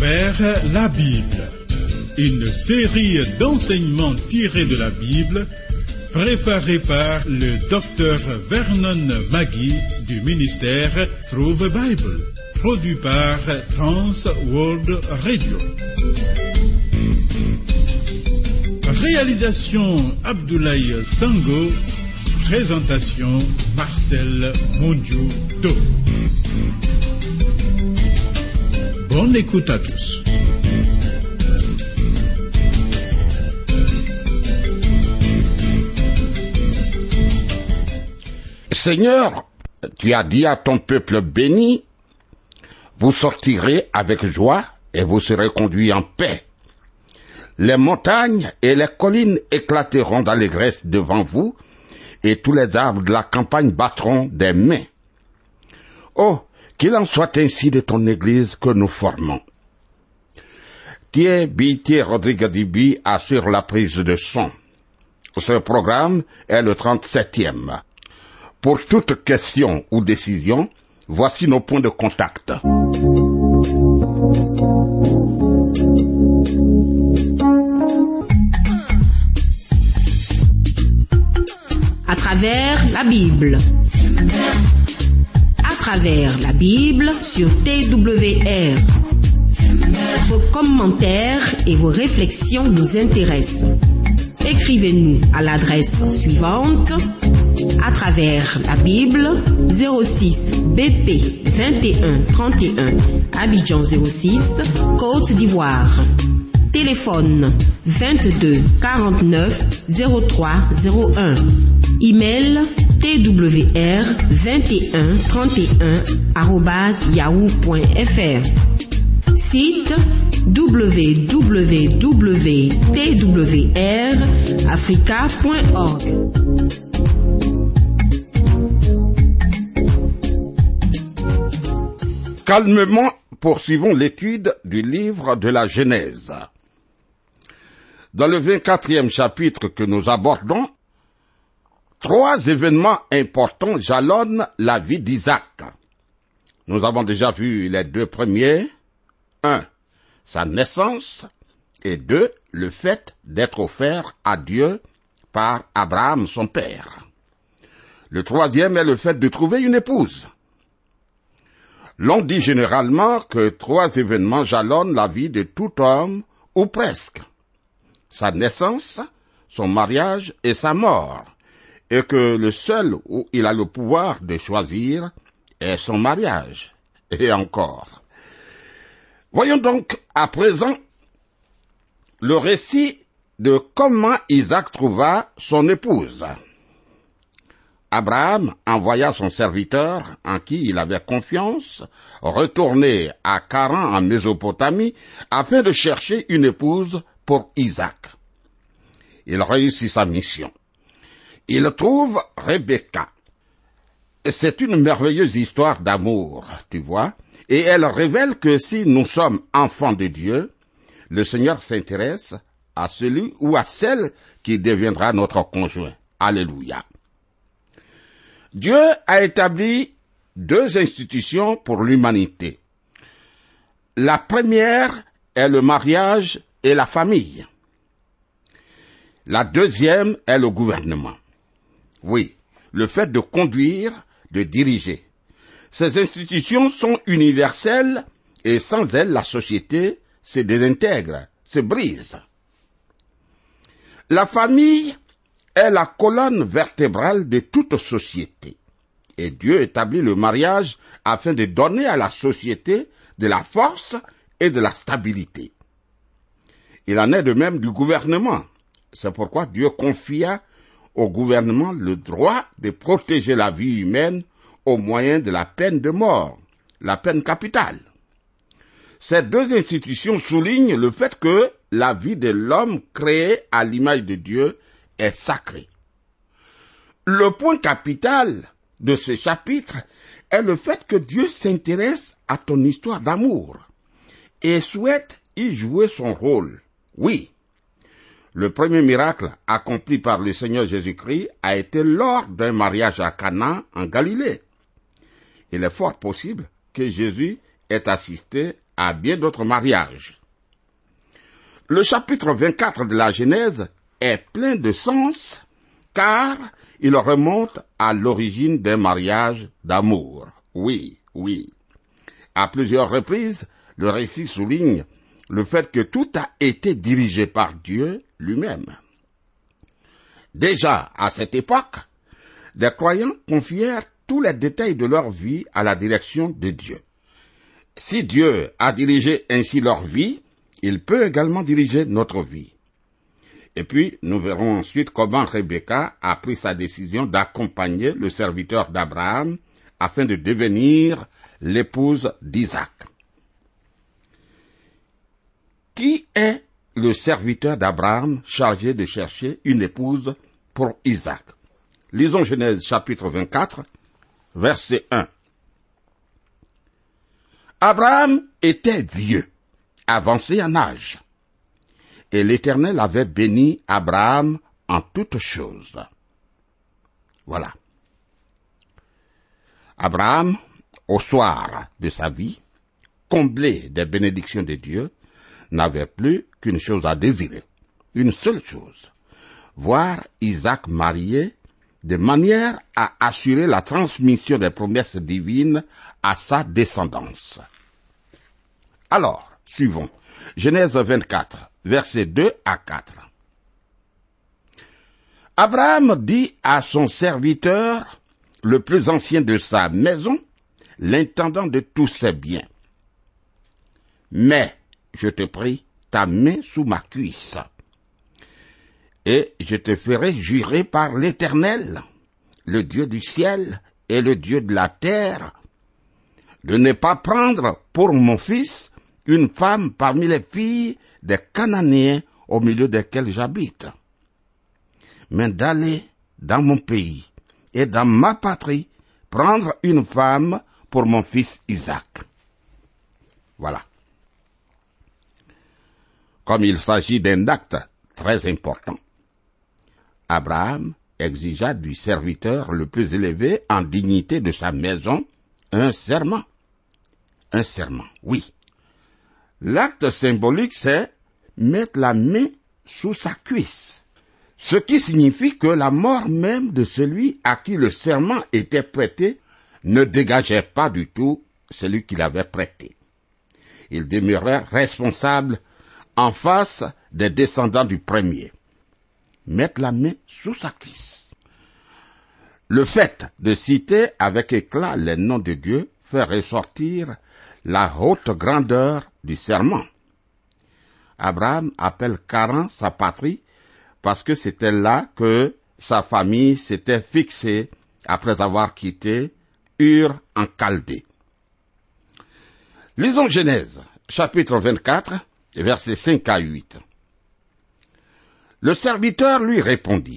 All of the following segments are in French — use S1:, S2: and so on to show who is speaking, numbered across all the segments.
S1: travers la Bible, une série d'enseignements tirés de la Bible, préparée par le docteur Vernon Magui du ministère Through the Bible, produit par Trans World Radio. Réalisation Abdoulaye Sango, présentation Marcel Mondiou-Do. Bonne écoute à tous.
S2: Seigneur, tu as dit à ton peuple béni, vous sortirez avec joie et vous serez conduits en paix. Les montagnes et les collines éclateront d'allégresse devant vous, et tous les arbres de la campagne battront des mains. Oh, qu'il en soit ainsi de ton Église que nous formons. Thierry Rodrigue Dibi assure la prise de son. Ce programme est le 37e. Pour toute question ou décision, voici nos points de contact.
S3: À travers la Bible. À travers la Bible sur TWR. Vos commentaires et vos réflexions nous intéressent. Écrivez-nous à l'adresse suivante: à travers la Bible, 06 BP 21 31, Abidjan 06, Côte d'Ivoire. Téléphone 22 49 03 01. Email twr2131@yahoo.fr. Site www.twrafrica.org.
S2: Calmement, poursuivons l'étude du livre de la Genèse. Dans le 24e chapitre que nous abordons, 3 événements importants jalonnent la vie d'Isaac. Nous avons déjà vu les 2 premiers. 1. Sa naissance, et 2. Le fait d'être offert à Dieu par Abraham, son père. Le 3e est le fait de trouver une épouse. L'on dit généralement que 3 événements jalonnent la vie de tout homme, ou presque. Sa naissance, son mariage et sa mort, et que le seul où il a le pouvoir de choisir est son mariage. Et encore. Voyons donc à présent le récit de comment Isaac trouva son épouse. Abraham envoya son serviteur, en qui il avait confiance, retourner à Charan en Mésopotamie, afin de chercher une épouse pour Isaac. Il réussit sa mission. Il trouve Rebecca. C'est une merveilleuse histoire d'amour, tu vois, et elle révèle que si nous sommes enfants de Dieu, le Seigneur s'intéresse à celui ou à celle qui deviendra notre conjoint. Alléluia. Dieu a établi 2 institutions pour l'humanité. La première est le mariage et la famille. La deuxième est le gouvernement. Oui, le fait de conduire, de diriger. Ces institutions sont universelles et sans elles, la société se désintègre, se brise. La famille est la colonne vertébrale de toute société. Et Dieu établit le mariage afin de donner à la société de la force et de la stabilité. Il en est de même du gouvernement. C'est pourquoi Dieu confia au gouvernement le droit de protéger la vie humaine au moyen de la peine de mort, la peine capitale. Ces 2 institutions soulignent le fait que la vie de l'homme créé à l'image de Dieu est sacrée. Le point capital de ce chapitre est le fait que Dieu s'intéresse à ton histoire d'amour et souhaite y jouer son rôle. Oui, le premier miracle accompli par le Seigneur Jésus-Christ a été lors d'un mariage à Cana en Galilée. Il est fort possible que Jésus ait assisté à bien d'autres mariages. Le chapitre 24 de la Genèse est plein de sens, car il remonte à l'origine d'un mariage d'amour. Oui. À plusieurs reprises, le récit souligne le fait que tout a été dirigé par Dieu lui-même. Déjà, à cette époque, des croyants confièrent tous les détails de leur vie à la direction de Dieu. Si Dieu a dirigé ainsi leur vie, il peut également diriger notre vie. Et puis, nous verrons ensuite comment Rebecca a pris sa décision d'accompagner le serviteur d'Abraham afin de devenir l'épouse d'Isaac. Qui est le serviteur d'Abraham chargé de chercher une épouse pour Isaac? Lisons Genèse chapitre 24, verset 1. Abraham était vieux, avancé en âge, et l'Éternel avait béni Abraham en toutes choses. Voilà. Abraham, au soir de sa vie, comblé des bénédictions de Dieu, n'avait plus qu'une chose à désirer, une seule chose, voir Isaac marié de manière à assurer la transmission des promesses divines à sa descendance. Alors, suivons. Genèse 24, versets 2 à 4. Abraham dit à son serviteur, le plus ancien de sa maison, l'intendant de tous ses biens. Mets, je te prie, ta main sous ma cuisse, et je te ferai jurer par l'Éternel, le Dieu du ciel et le Dieu de la terre, de ne pas prendre pour mon fils une femme parmi les filles des Cananéens au milieu desquels j'habite, mais d'aller dans mon pays et dans ma patrie prendre une femme pour mon fils Isaac. Voilà. Comme il s'agit d'un acte très important, Abraham exigea du serviteur le plus élevé en dignité de sa maison un serment. Un serment, oui. L'acte symbolique, c'est mettre la main sous sa cuisse, ce qui signifie que la mort même de celui à qui le serment était prêté ne dégageait pas du tout celui qui l'avait prêté. Il demeurait responsable en face des descendants du premier. Mettre la main sous sa cuisse. Le fait de citer avec éclat les noms de Dieu fait ressortir la haute grandeur du serment. Abraham appelle Charan sa patrie parce que c'était là que sa famille s'était fixée après avoir quitté Ur en Chaldée. Lisons Genèse, chapitre 24, versets 5 à 8. Le serviteur lui répondit,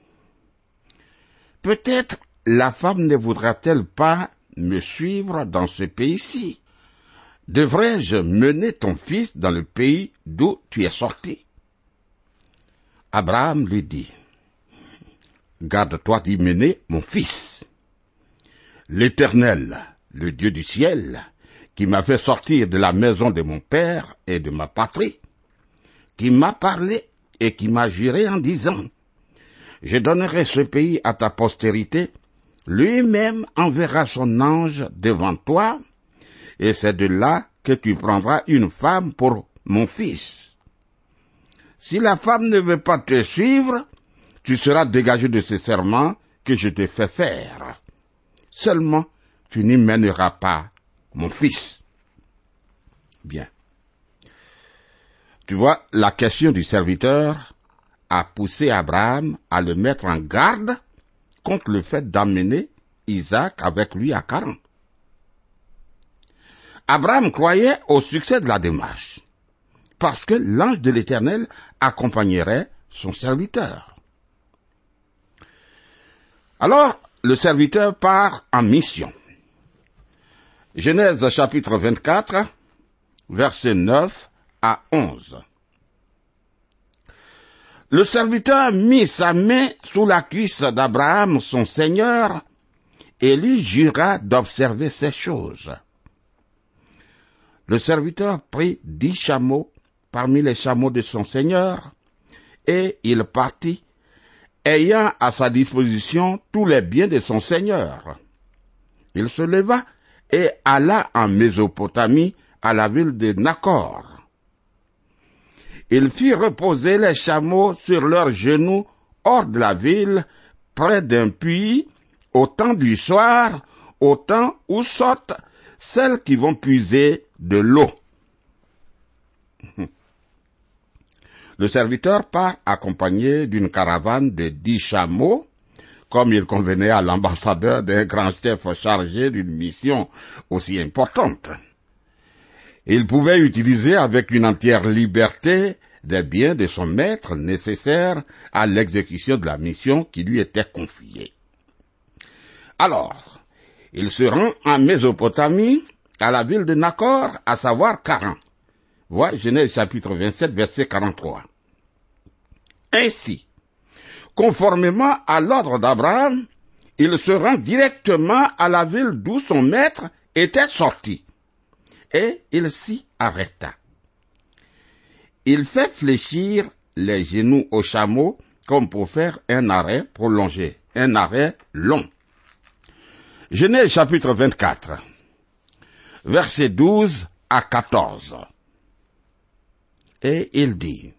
S2: « Peut-être la femme ne voudra-t-elle pas me suivre dans ce pays-ci? Devrais-je mener ton fils dans le pays d'où tu es sorti? » Abraham lui dit, « Garde-toi d'y mener mon fils. L'Éternel, le Dieu du ciel, qui m'a fait sortir de la maison de mon père et de ma patrie, qui m'a parlé et qui m'a juré en disant, « Je donnerai ce pays à ta postérité, lui-même enverra son ange devant toi, et c'est de là que tu prendras une femme pour mon fils. Si la femme ne veut pas te suivre, tu seras dégagé de ce serment que je te fais faire. Seulement, tu n'y mèneras pas mon fils. » Bien. Tu vois, la question du serviteur a poussé Abraham à le mettre en garde contre le fait d'emmener Isaac avec lui à Charan. Abraham croyait au succès de la démarche, parce que l'ange de l'Éternel accompagnerait son serviteur. Alors, le serviteur part en mission. Genèse chapitre 24, versets 9 à 11. Le serviteur mit sa main sous la cuisse d'Abraham, son seigneur, et lui jura d'observer ces choses. le serviteur prit 10 chameaux parmi les chameaux de son seigneur, et il partit, ayant à sa disposition tous les biens de son seigneur. Il se leva et alla en Mésopotamie, à la ville de Nakor. Il fit reposer les chameaux sur leurs genoux hors de la ville, près d'un puits, au temps du soir, au temps où sortent celles qui vont puiser de l'eau. Le serviteur part accompagné d'une caravane de 10 chameaux, comme il convenait à l'ambassadeur d'un grand chef chargé d'une mission aussi importante. Il pouvait utiliser avec une entière liberté des biens de son maître nécessaires à l'exécution de la mission qui lui était confiée. Alors, il se rend en Mésopotamie, à la ville de Nakor, à savoir Charan. Voilà Genèse chapitre 27, verset 43. Ainsi, conformément à l'ordre d'Abraham, il se rend directement à la ville d'où son maître était sorti, et il s'y arrêta. Il fait fléchir les genoux au chameau comme pour faire un arrêt prolongé, un arrêt long. Genèse chapitre 24, versets 12 à 14. Et il dit,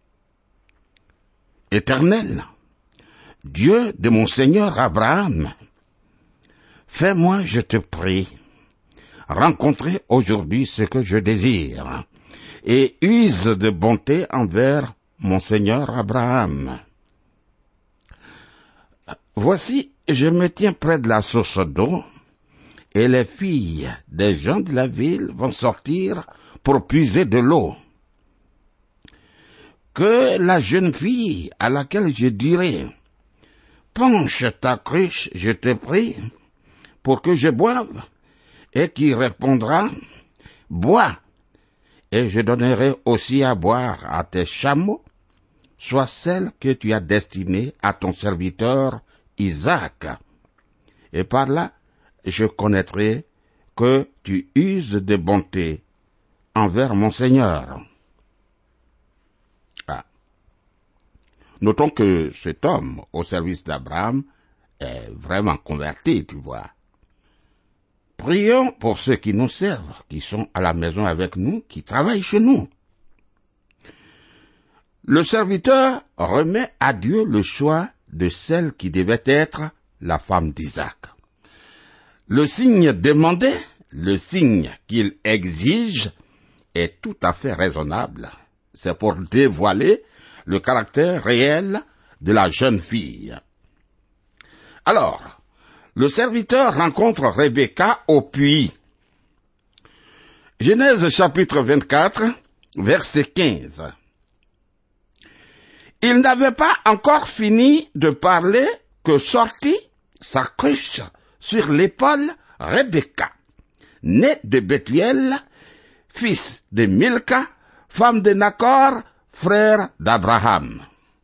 S2: « Éternel, Dieu de mon Seigneur Abraham, fais-moi, je te prie, rencontrer aujourd'hui ce que je désire, et use de bonté envers mon Seigneur Abraham. Voici, je me tiens près de la source d'eau, et les filles des gens de la ville vont sortir pour puiser de l'eau. Que la jeune fille à laquelle je dirai, penche ta cruche, je te prie, pour que je boive, et qui répondra, bois, et je donnerai aussi à boire à tes chameaux, soit celle que tu as destinée à ton serviteur Isaac. Et par là, je connaîtrai que tu uses de bonté envers mon Seigneur. Notons que cet homme au service d'Abraham est vraiment converti, tu vois. Prions pour ceux qui nous servent, qui sont à la maison avec nous, qui travaillent chez nous. Le serviteur remet à Dieu le choix de celle qui devait être la femme d'Isaac. Le signe demandé, le signe qu'il exige, est tout à fait raisonnable. C'est pour dévoiler le caractère réel de la jeune fille. Alors, le serviteur rencontre Rebecca au puits. Genèse chapitre 24, verset 15. Il n'avait pas encore fini de parler que sortit sa cruche sur l'épaule Rebecca, née de Bethuel, fils de Milca, femme de Nakor, frère d'Abraham.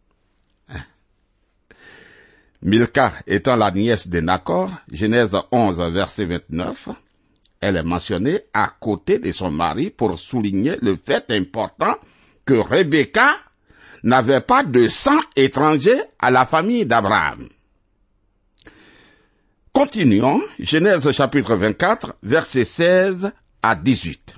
S2: Milca étant la nièce de Nakor, Genèse 11, verset 29, elle est mentionnée à côté de son mari pour souligner le fait important que Rebecca n'avait pas de sang étranger à la famille d'Abraham. Continuons, Genèse chapitre 24, versets 16 à 18.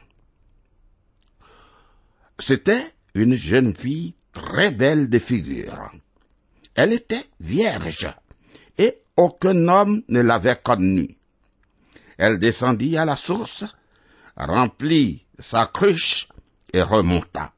S2: C'était une jeune fille très belle de figure. Elle était vierge, et aucun homme ne l'avait connue. Elle descendit à la source, remplit sa cruche et remonta.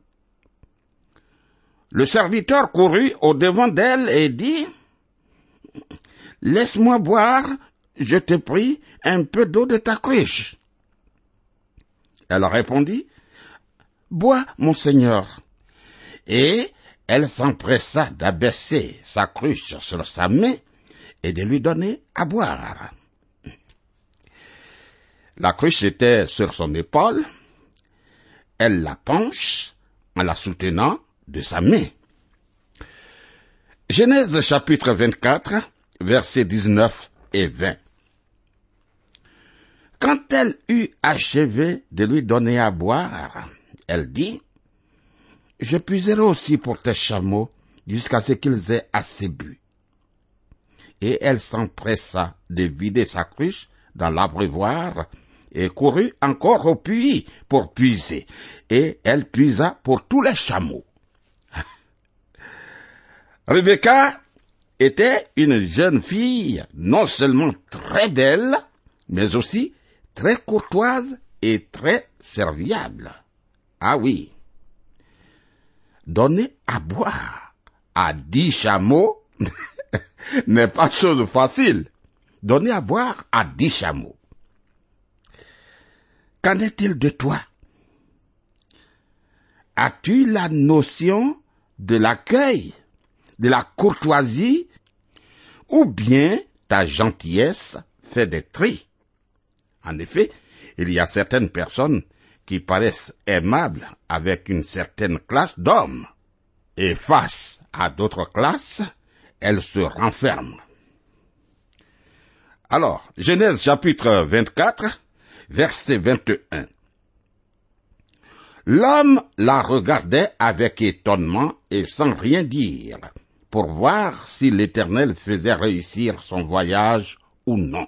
S2: Le serviteur courut au-devant d'elle et dit, « Laisse-moi boire, je te prie, un peu d'eau de ta cruche. » Elle répondit, « Bois, mon Seigneur. » Et elle s'empressa d'abaisser sa cruche sur sa main et de lui donner à boire. La cruche était sur son épaule. Elle la penche en la soutenant de sa main. Genèse chapitre 24, versets 19 et 20. Quand elle eut achevé de lui donner à boire, elle dit, « Je puiserai aussi pour tes chameaux jusqu'à ce qu'ils aient assez bu. » Et elle s'empressa de vider sa cruche dans l'abreuvoir et courut encore au puits pour puiser. Et elle puisa pour tous les chameaux. Rebecca était une jeune fille non seulement très belle, mais aussi très courtoise et très serviable. Ah oui. Donner à boire à 10 chameaux n'est pas chose facile. Donner à boire à 10 chameaux. Qu'en est-il de toi? As-tu la notion de l'accueil, de la courtoisie, ou bien ta gentillesse fait des tris? En effet, il y a certaines personnes qui paraissent aimables avec une certaine classe d'hommes, et face à d'autres classes, elles se renferment. Alors, Genèse chapitre 24, verset 21. L'homme la regardait avec étonnement et sans rien dire, pour voir si l'Éternel faisait réussir son voyage ou non.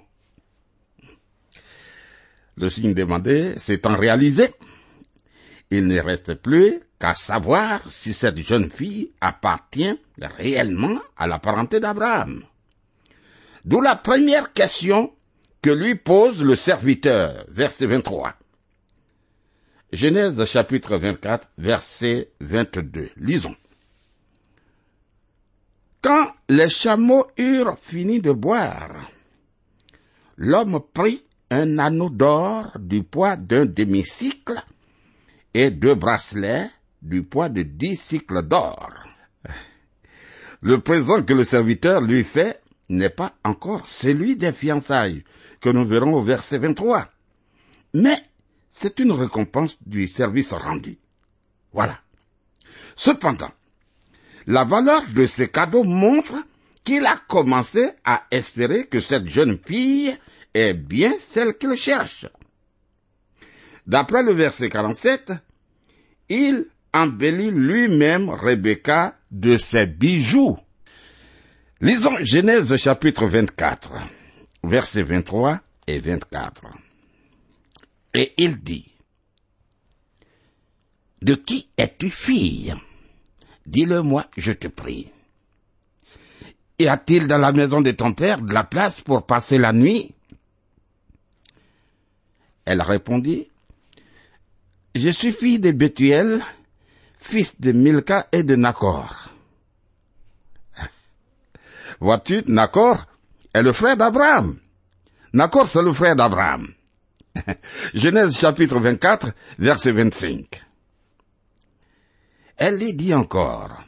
S2: Le signe demandé s'étant réalisé, il ne reste plus qu'à savoir si cette jeune fille appartient réellement à la parenté d'Abraham. D'où la première question que lui pose le serviteur, verset 23. Genèse chapitre 24, verset 22. Lisons. Quand les chameaux eurent fini de boire, l'homme prit un anneau d'or du poids d'un demi-cycle et 2 bracelets du poids de 10 cycles d'or. Le présent que le serviteur lui fait n'est pas encore celui des fiançailles, que nous verrons au verset 23. Mais c'est une récompense du service rendu. Voilà. Cependant, la valeur de ces cadeaux montre qu'il a commencé à espérer que cette jeune fille est bien celle qu'il cherche. D'après le verset 47, il embellit lui-même Rebecca de ses bijoux. Lisons Genèse chapitre 24, versets 23 et 24. Et il dit, « De qui es-tu fille? Dis-le-moi, je te prie. Y a-t-il dans la maison de ton père de la place pour passer la nuit? » Elle répondit, « Je suis fille de Bethuel, fils de Milca et de Nacor. » Vois-tu, Nacor est le frère d'Abraham. Nacor, c'est le frère d'Abraham. Genèse chapitre 24, verset 25. Elle lui dit encore,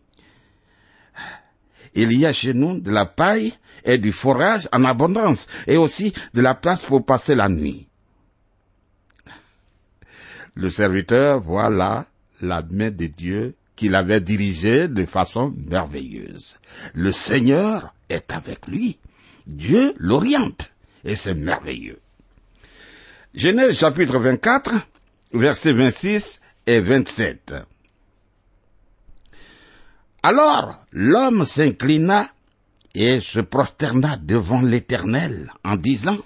S2: « Il y a chez nous de la paille et du fourrage en abondance, et aussi de la place pour passer la nuit. » Le serviteur voit là la main de Dieu qu'il avait dirigée de façon merveilleuse. Le Seigneur est avec lui. Dieu l'oriente, et c'est merveilleux. Genèse chapitre 24, versets 26 et 27. Alors l'homme s'inclina et se prosterna devant l'Éternel en disant,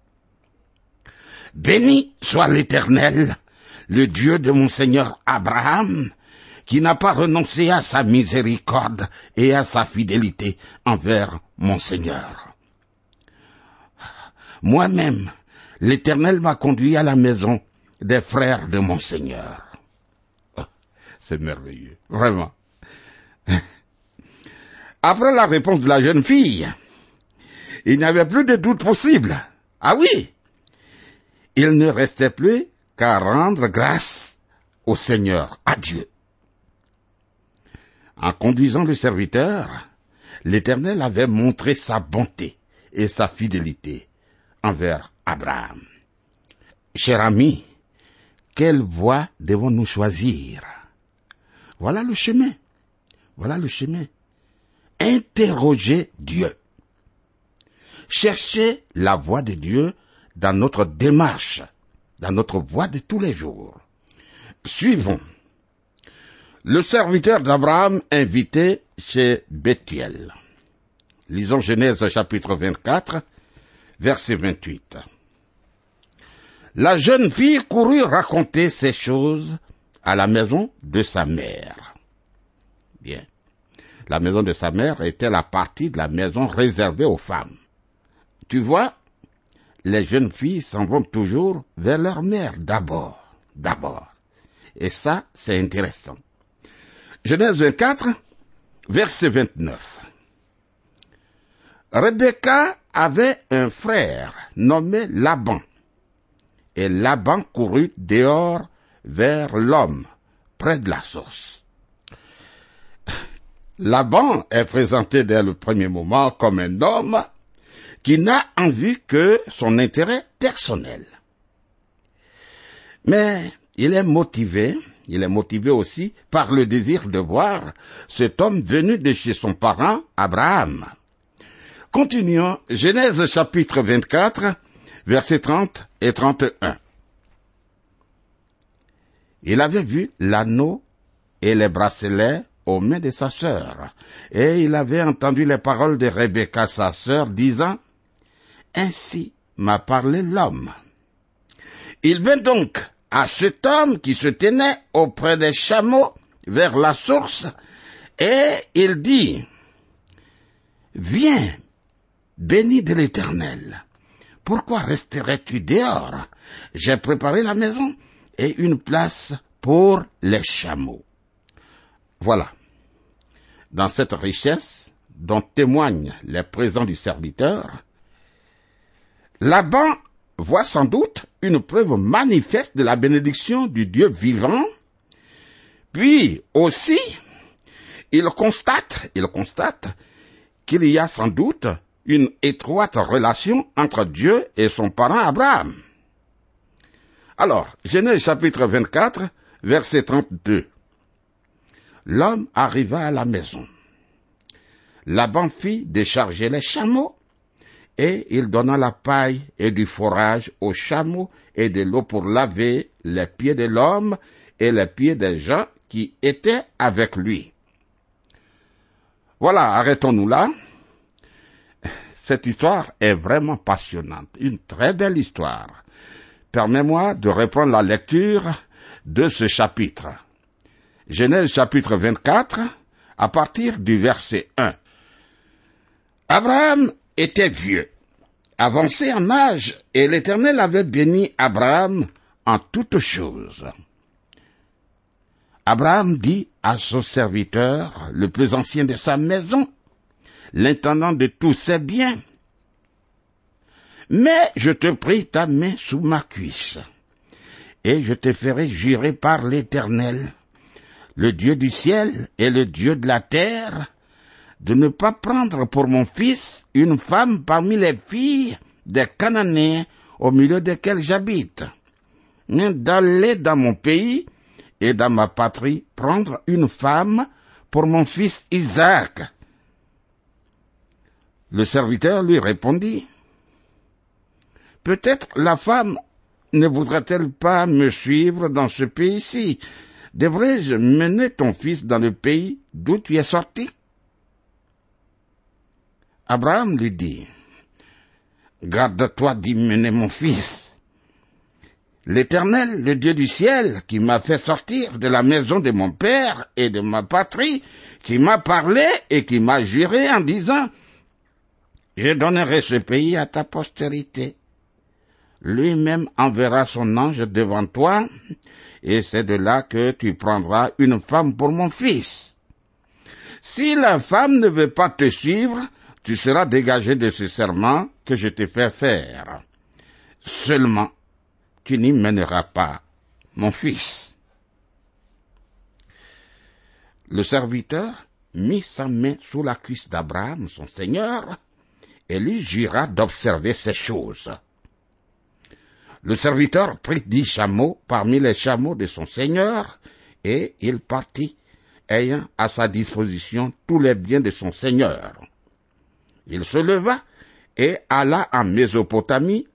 S2: « Béni soit l'Éternel, le Dieu de mon Seigneur Abraham, qui n'a pas renoncé à sa miséricorde et à sa fidélité envers mon Seigneur. Moi-même, l'Éternel m'a conduit à la maison des frères de mon Seigneur. » Oh, c'est merveilleux, vraiment. Après la réponse de la jeune fille, il n'y avait plus de doute possible. Ah oui, il ne restait plus qu'à rendre grâce au Seigneur, à Dieu. En conduisant le serviteur, l'Éternel avait montré sa bonté et sa fidélité envers Abraham. Cher ami, quelle voie devons-nous choisir? Voilà le chemin. Voilà le chemin. Interrogez Dieu. Cherchez la voie de Dieu dans notre démarche, dans notre voie de tous les jours. Suivons. Le serviteur d'Abraham invité chez Bethuel. Lisons Genèse chapitre 24, verset 28. La jeune fille courut raconter ces choses à la maison de sa mère. Bien. La maison de sa mère était la partie de la maison réservée aux femmes. Tu vois, les jeunes filles s'en vont toujours vers leur mère d'abord. Et ça, c'est intéressant. Genèse 24, verset 29. Rebecca avait un frère nommé Laban. Et Laban courut dehors vers l'homme, près de la source. Laban est présenté dès le premier moment comme un homme qui n'a en vue que son intérêt personnel. Mais il est motivé aussi par le désir de voir cet homme venu de chez son parent Abraham. Continuons, Genèse chapitre 24, versets 30 et 31. Il avait vu l'anneau et les bracelets aux mains de sa sœur, et il avait entendu les paroles de Rebecca, sa sœur, disant « Ainsi m'a parlé l'homme. » Il vint donc à cet homme qui se tenait auprès des chameaux vers la source, et il dit « Viens, béni de l'Éternel. Pourquoi resterais-tu dehors? J'ai préparé la maison et une place pour les chameaux. » Voilà. Dans cette richesse dont témoignent les présents du serviteur, Laban voit sans doute une preuve manifeste de la bénédiction du Dieu vivant, puis aussi, il constate qu'il y a sans doute une étroite relation entre Dieu et son parent Abraham. Alors, Genèse chapitre 24, verset 32. L'homme arriva à la maison. Laban fit décharger les chameaux, et il donna la paille et du fourrage aux chameaux et de l'eau pour laver les pieds de l'homme et les pieds des gens qui étaient avec lui. Voilà, arrêtons-nous là. Cette histoire est vraiment passionnante, une très belle histoire. Permets-moi de reprendre la lecture de ce chapitre. Genèse chapitre 24, à partir du verset 1. Abraham était vieux, avancé en âge, et l'Éternel avait béni Abraham en toutes choses. Abraham dit à son serviteur, le plus ancien de sa maison, l'intendant de tous ses biens, « Mais je te prie ta main sous ma cuisse, et je te ferai jurer par l'Éternel, le Dieu du ciel et le Dieu de la terre, de ne pas prendre pour mon fils une femme parmi les filles des Cananéens au milieu desquels j'habite, mais d'aller dans mon pays et dans ma patrie prendre une femme pour mon fils Isaac. » Le serviteur lui répondit, « Peut-être la femme ne voudrait-elle pas me suivre dans ce pays-ci? Devrais-je mener ton fils dans le pays d'où tu es sorti? » Abraham lui dit, « Garde-toi d'y mener mon fils. L'Éternel, le Dieu du ciel, qui m'a fait sortir de la maison de mon père et de ma patrie, qui m'a parlé et qui m'a juré en disant, « Je donnerai ce pays à ta postérité. Lui-même enverra son ange devant toi, et c'est de là que tu prendras une femme pour mon fils. Si la femme ne veut pas te suivre, tu seras dégagé de ce serment que je te fais faire. Seulement, tu n'y mèneras pas mon fils. » Le serviteur mit sa main sous la cuisse d'Abraham, son seigneur, et lui jura d'observer ces choses. Le serviteur prit 10 chameaux parmi les chameaux de son seigneur, et il partit, ayant à sa disposition tous les biens de son seigneur. Il se leva et alla en Mésopotamie,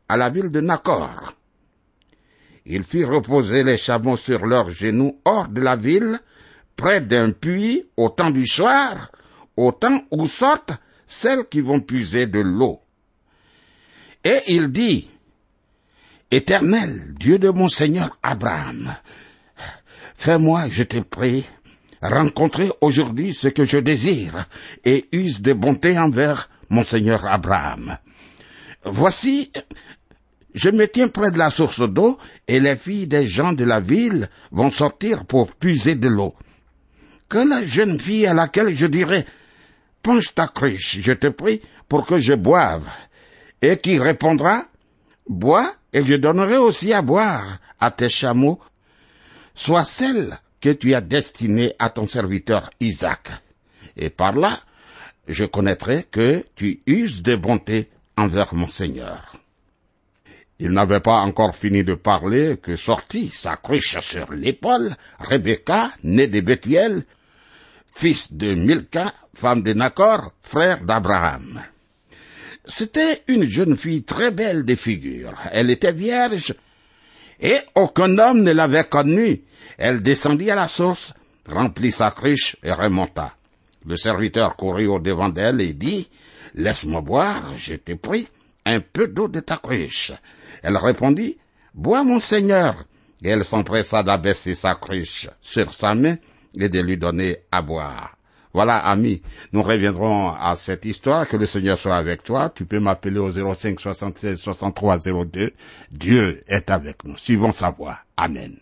S2: à la ville de Nakor. Il fit reposer les chameaux sur leurs genoux hors de la ville, près d'un puits, au temps du soir, au temps où sortent celles qui vont puiser de l'eau. Et il dit, « Éternel, Dieu de mon Seigneur Abraham, fais-moi, je te prie, rencontrer aujourd'hui ce que je désire, et use de bonté envers mon Seigneur Abraham. Voici, je me tiens près de la source d'eau, et les filles des gens de la ville vont sortir pour puiser de l'eau. Que la jeune fille à laquelle je dirai, « Penche ta cruche, je te prie, pour que je boive », et qui répondra, « Bois, et je donnerai aussi à boire à tes chameaux, soit celle que tu as destinée à ton serviteur Isaac. Et par là, je connaîtrai que tu uses de bonté envers mon Seigneur. » Il n'avait pas encore fini de parler que sortit, sa cruche sur l'épaule, Rebecca, née de Bethuel, fils de Milca, femme de Nakor, frère d'Abraham. C'était une jeune fille très belle de figure. Elle était vierge, et aucun homme ne l'avait connue. Elle descendit à la source, remplit sa cruche et remonta. Le serviteur courut au-devant d'elle et dit, « Laisse-moi boire, je te prie, un peu d'eau de ta cruche. » Elle répondit, « Bois, mon Seigneur. » Et elle s'empressa d'abaisser sa cruche sur sa main et de lui donner à boire. Voilà, amis, nous reviendrons à cette histoire. Que le Seigneur soit avec toi. Tu peux m'appeler au 05 76 63 02. Dieu est avec nous. Suivons sa voix. Amen.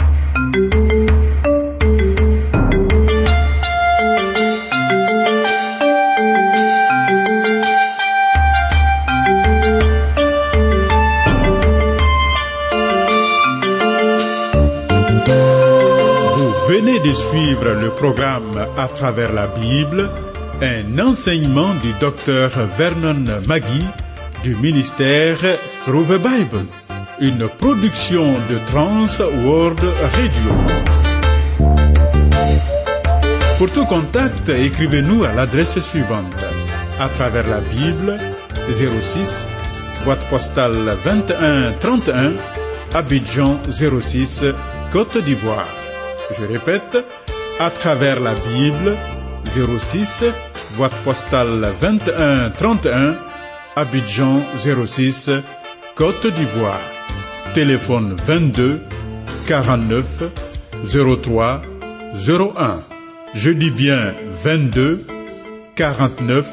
S1: Venez de suivre le programme À travers la Bible, un enseignement du docteur Vernon Magui du ministère Through the Bible, une production de Trans World Radio. Pour tout contact, écrivez-nous à l'adresse suivante: À travers la Bible, 06, boîte postale 2131, Abidjan 06, Côte d'Ivoire. Je répète, À travers la Bible, 06, boîte postale 2131, Abidjan 06, Côte d'Ivoire. Téléphone 22 49 03 01. Je dis bien 22 49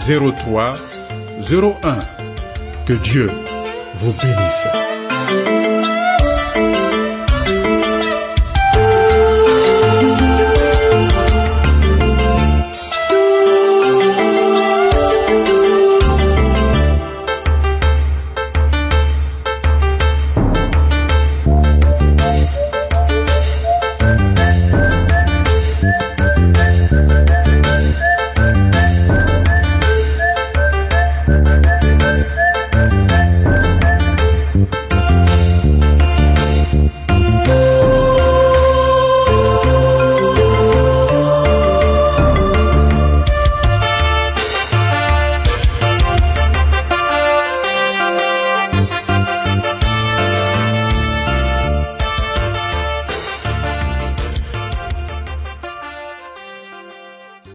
S1: 03 01. Que Dieu vous bénisse.